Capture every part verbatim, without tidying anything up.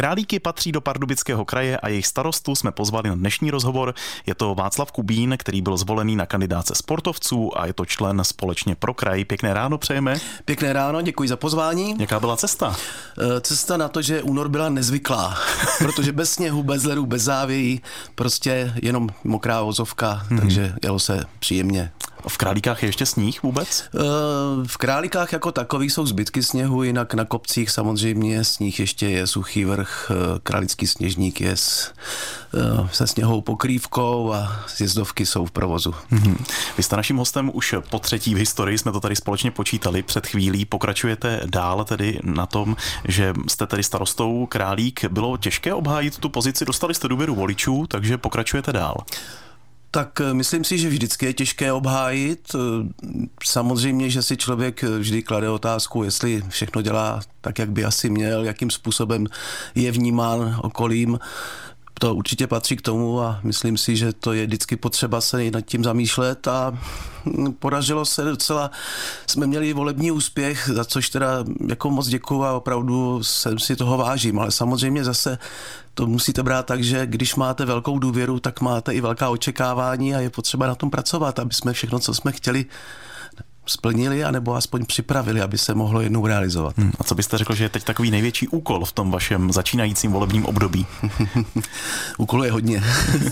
Králíky patří do Pardubického kraje a jejich starostu jsme pozvali na dnešní rozhovor. Je to Václav Kubín, který byl zvolený na kandidáce sportovců a je to člen Společně pro kraj. Pěkné ráno přejeme. Pěkné ráno, děkuji za pozvání. Jaká byla cesta? Cesta na to, že únor byla nezvyklá, protože bez sněhu, bez ledu, bez závějí, prostě jenom mokrá vozovka, hmm. takže jelo se příjemně. V Králíkách je ještě sníh vůbec? V Králíkách jako takových jsou zbytky sněhu, jinak na kopcích samozřejmě sníh ještě je, Suchý Vrch, Králický Sněžník je s, se sněhovou pokrývkou a sjezdovky jsou v provozu. Mm-hmm. Vy jste naším hostem už po třetí v historii, jsme to tady společně počítali před chvílí. Pokračujete dál tedy na tom, že jste tedy starostou Králík. Bylo těžké obhájit tu pozici, dostali jste důvěru voličů, takže pokračujete dál. Tak myslím si, že vždycky je těžké obhájit. Samozřejmě, že si člověk vždy klade otázku, jestli všechno dělá tak, jak by asi měl, jakým způsobem je vnímán okolím. To určitě patří k tomu a myslím si, že to je vždycky potřeba se nad tím zamýšlet a podařilo se docela, jsme měli volební úspěch, za což teda jako moc děkuju a opravdu jsem si toho vážím, ale samozřejmě zase to musíte brát tak, že když máte velkou důvěru, tak máte i velká očekávání a je potřeba na tom pracovat, aby jsme všechno, co jsme chtěli, splnili, anebo aspoň připravili, aby se mohlo jednou realizovat. Hmm. A co byste řekl, že je teď takový největší úkol v tom vašem začínajícím volebním období? Úkol je hodně.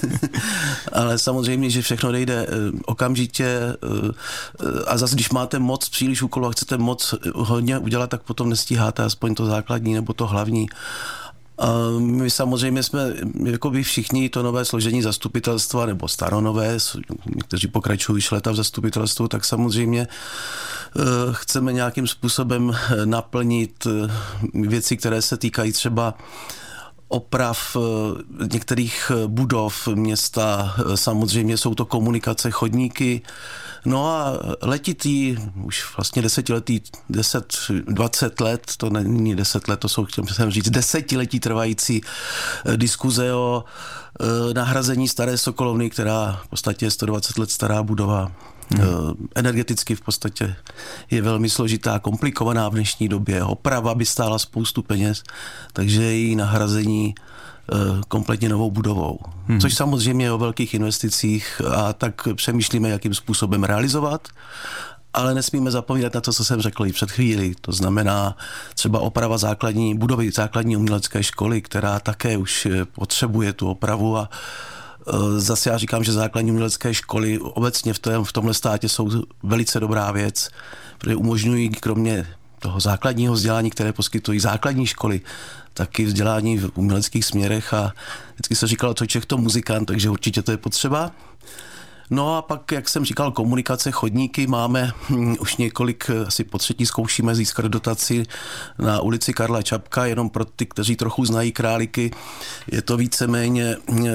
Ale samozřejmě, že všechno nejde okamžitě a zase, když máte moc příliš úkolů a chcete moc hodně udělat, tak potom nestíháte aspoň to základní nebo to hlavní. My samozřejmě jsme, jako by všichni, to nové složení zastupitelstva, nebo staronové, někteří pokračují již léta v zastupitelstvu, tak samozřejmě chceme nějakým způsobem naplnit věci, které se týkají třeba oprav některých budov města, samozřejmě jsou to komunikace, chodníky, no a letitý, už vlastně desetiletý, deset, dvacet let, to není deset let, to jsou, chtěl říct, desetiletí trvající diskuze o nahrazení staré Sokolovny, která v podstatě je sto dvacet let stará budova. Hmm. Energeticky v podstatě je velmi složitá, komplikovaná v dnešní době. Oprava by stála spoustu peněz, takže její nahrazení kompletně novou budovou. Hmm. Což samozřejmě je o velkých investicích a tak přemýšlíme, jakým způsobem realizovat, ale nesmíme zapomínat na to, co jsem řekl i před chvíli. To znamená třeba oprava základní budovy, základní umělecké školy, která také už potřebuje tu opravu a zase já říkám, že základní umělecké školy obecně v, tom, v tomhle státě jsou velice dobrá věc, protože umožňují kromě toho základního vzdělání, které poskytují základní školy, taky vzdělání v uměleckých směrech a vždycky se říkalo, co Čech to muzikant, takže určitě to je potřeba. No a pak, jak jsem říkal, komunikace, chodníky máme hm, už několik, asi po třetí zkoušíme získat dotaci na ulici Karla Čapka, jenom pro ty, kteří trochu znají Králíky. Je to víceméně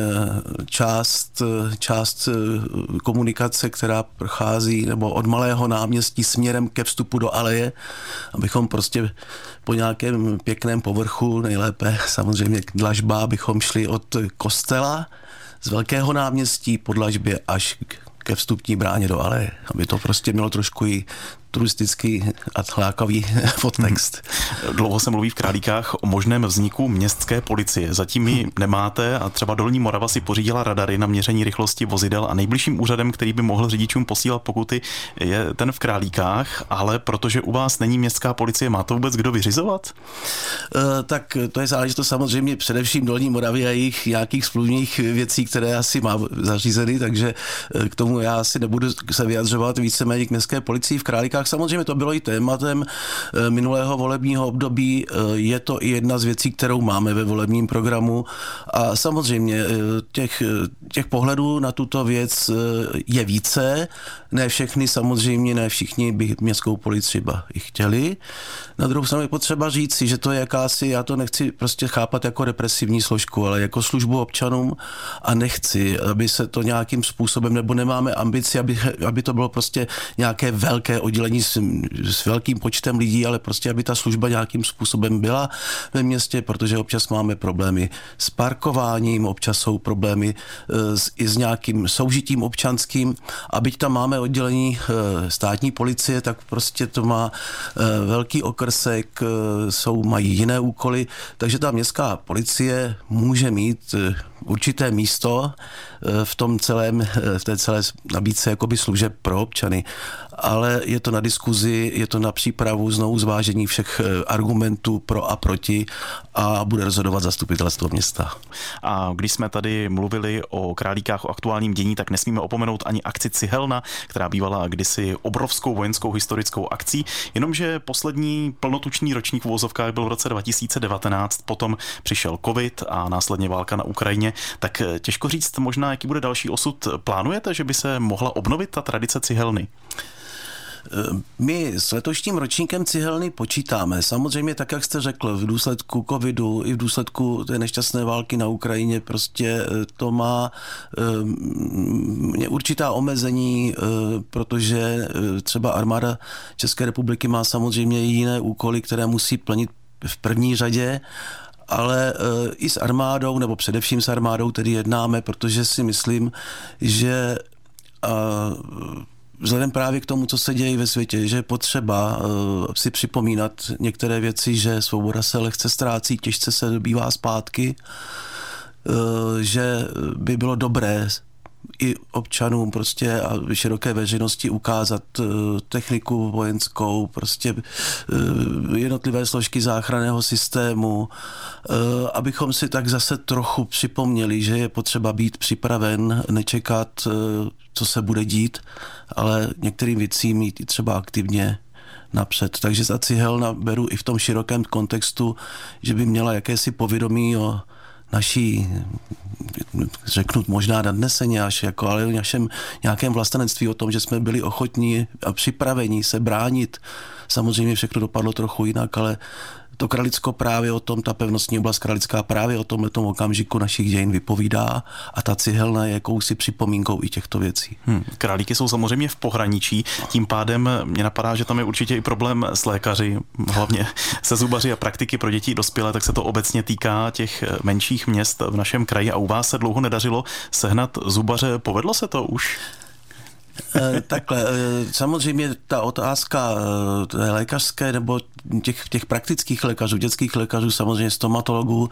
část, část komunikace, která prochází nebo od Malého náměstí směrem ke vstupu do aleje, abychom prostě po nějakém pěkném povrchu, nejlépe samozřejmě k dlažbě, abychom šli od kostela z Velkého náměstí po dlažbě až ke vstupní bráně do aleje, aby to prostě mělo trošku i turistický a lákavý podtext. Dlouho se mluví v Králíkách o možném vzniku městské policie. Zatím ji nemáte a třeba Dolní Morava si pořídila radary na měření rychlosti vozidel a nejbližším úřadem, který by mohl řidičům posílat pokuty, je ten v Králíkách, ale protože u vás není městská policie, má to vůbec kdo vyřizovat? Uh, tak to je záležitost samozřejmě především Dolní Moravy a jejich nějakých smluvních věcí, které asi má zařízeny, takže k tomu já asi nebudu se vyjadřovat víceméně k městské policii v Králíkách. Samozřejmě to bylo i tématem minulého volebního období. Je to i jedna z věcí, kterou máme ve volebním programu. A samozřejmě těch, těch pohledů na tuto věc je více. Ne všechny, samozřejmě ne všichni by městskou policii i chtěli. Na druhou stranu je potřeba říct si, že to je jakási, já to nechci prostě chápat jako represivní složku, ale jako službu občanům a nechci, aby se to nějakým způsobem, nebo nemáme ambici, aby, aby to bylo prostě nějaké velké oddělení není s, s velkým počtem lidí, ale prostě, aby ta služba nějakým způsobem byla ve městě, protože občas máme problémy s parkováním, občas jsou problémy s, i s nějakým soužitím občanským. A byť tam máme oddělení státní policie, tak prostě to má velký okrsek, jsou, mají jiné úkoly, takže ta městská policie může mít určité místo v tom celém, v té celé nabídce jakoby služeb pro občany. Ale je to na diskuzi, je to na přípravu, znovu zvážení všech argumentů pro a proti a bude rozhodovat zastupitelstvo města. A když jsme tady mluvili o Králíkách, o aktuálním dění, tak nesmíme opomenout ani akci Cihelna, která bývala kdysi obrovskou vojenskou historickou akcí, jenomže poslední plnotučný ročník v uvozovkách byl v roce dva tisíce devatenáct, potom přišel covid a následně válka na Ukrajině, tak těžko říct možná, jaký bude další osud. Plánujete, že by se mohla obnovit ta tradice Cihelny? My s letošním ročníkem Cihelny počítáme. Samozřejmě, tak jak jste řekl, v důsledku covidu i v důsledku té nešťastné války na Ukrajině prostě to má určitá omezení, protože třeba armáda České republiky má samozřejmě jiné úkoly, které musí plnit v první řadě, ale i s armádou, nebo především s armádou tedy jednáme, protože si myslím, že vzhledem právě k tomu, co se děje ve světě, že je potřeba uh, si připomínat některé věci, že svoboda se lehce ztrácí, těžce se dobývá zpátky, uh, že by bylo dobré i občanům prostě a široké veřejnosti ukázat uh, techniku vojenskou, prostě uh, jednotlivé složky záchranného systému, uh, abychom si tak zase trochu připomněli, že je potřeba být připraven, nečekat, uh, co se bude dít, ale některým věcím jít i třeba aktivně napřed. Takže za Cihelna beru i v tom širokém kontextu, že by měla jakési povědomí o naší, řeknu možná nadneseně až, jako, ale o našem nějakém vlastenectví, o tom, že jsme byli ochotní a připraveni se bránit. Samozřejmě všechno dopadlo trochu jinak, ale to Kralicko právě o tom, ta pevnostní oblast Kralická právě o tomhletom okamžiku našich dějin vypovídá a ta Cihelna je jakousi připomínkou i těchto věcí. Hmm. Králíky jsou samozřejmě v pohraničí, tím pádem mě napadá, že tam je určitě i problém s lékaři, hlavně se zubaři a praktiky pro děti dospělé, tak se to obecně týká těch menších měst v našem kraji a u vás se dlouho nedařilo sehnat zubaře. Povedlo se to už? Takhle, samozřejmě ta otázka té lékařské nebo těch, těch praktických lékařů, dětských lékařů, samozřejmě stomatologů,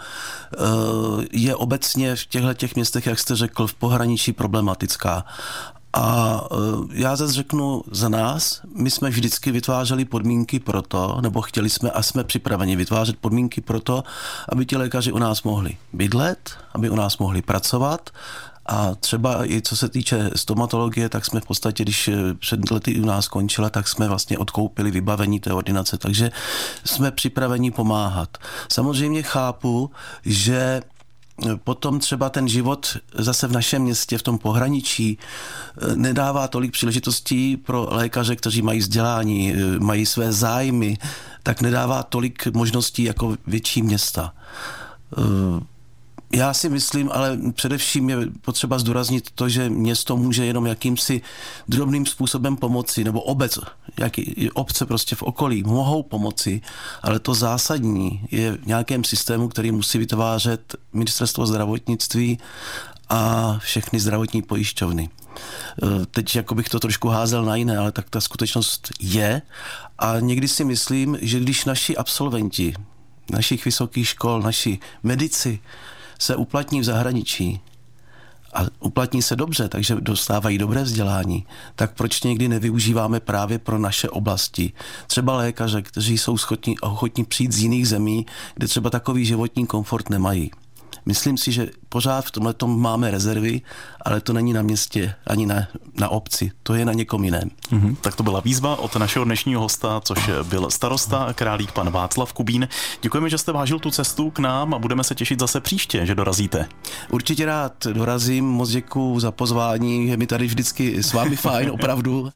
je obecně v těchto těch městech, jak jste řekl, v pohraničí problematická. A já zase řeknu za nás, my jsme vždycky vytvářeli podmínky pro to, nebo chtěli jsme a jsme připraveni vytvářet podmínky pro to, aby ti lékaři u nás mohli bydlet, aby u nás mohli pracovat. A třeba i co se týče stomatologie, tak jsme v podstatě, když před lety u nás skončila, tak jsme vlastně odkoupili vybavení té ordinace, takže jsme připraveni pomáhat. Samozřejmě chápu, že potom třeba ten život zase v našem městě, v tom pohraničí, nedává tolik příležitostí pro lékaře, kteří mají vzdělání, mají své zájmy, tak nedává tolik možností jako větší města. Já si myslím, ale především je potřeba zdůraznit to, že město může jenom jakýmsi drobným způsobem pomoci, nebo obec, jaký, obce prostě v okolí mohou pomoci, ale to zásadní je v nějakém systému, který musí vytvářet Ministerstvo zdravotnictví a všechny zdravotní pojišťovny. Teď jako bych to trošku házel na jiné, ale tak ta skutečnost je a někdy si myslím, že když naši absolventi našich vysokých škol, naši medici se uplatní v zahraničí a uplatní se dobře, takže dostávají dobré vzdělání, tak proč někdy nevyužíváme právě pro naše oblasti? Třeba lékaře, kteří jsou schopni, ochotní přijít z jiných zemí, kde třeba takový životní komfort nemají. Myslím si, že pořád v tomhletom máme rezervy, ale to není na městě ani na, na obci, to je na někom jiném. Mm-hmm. Tak to byla výzva od našeho dnešního hosta, což byl starosta Králík pan Václav Kubín. Děkujeme, že jste vážil tu cestu k nám a budeme se těšit zase příště, že dorazíte. Určitě rád dorazím, moc děkuju za pozvání, je mi tady vždycky s vámi fajn, opravdu.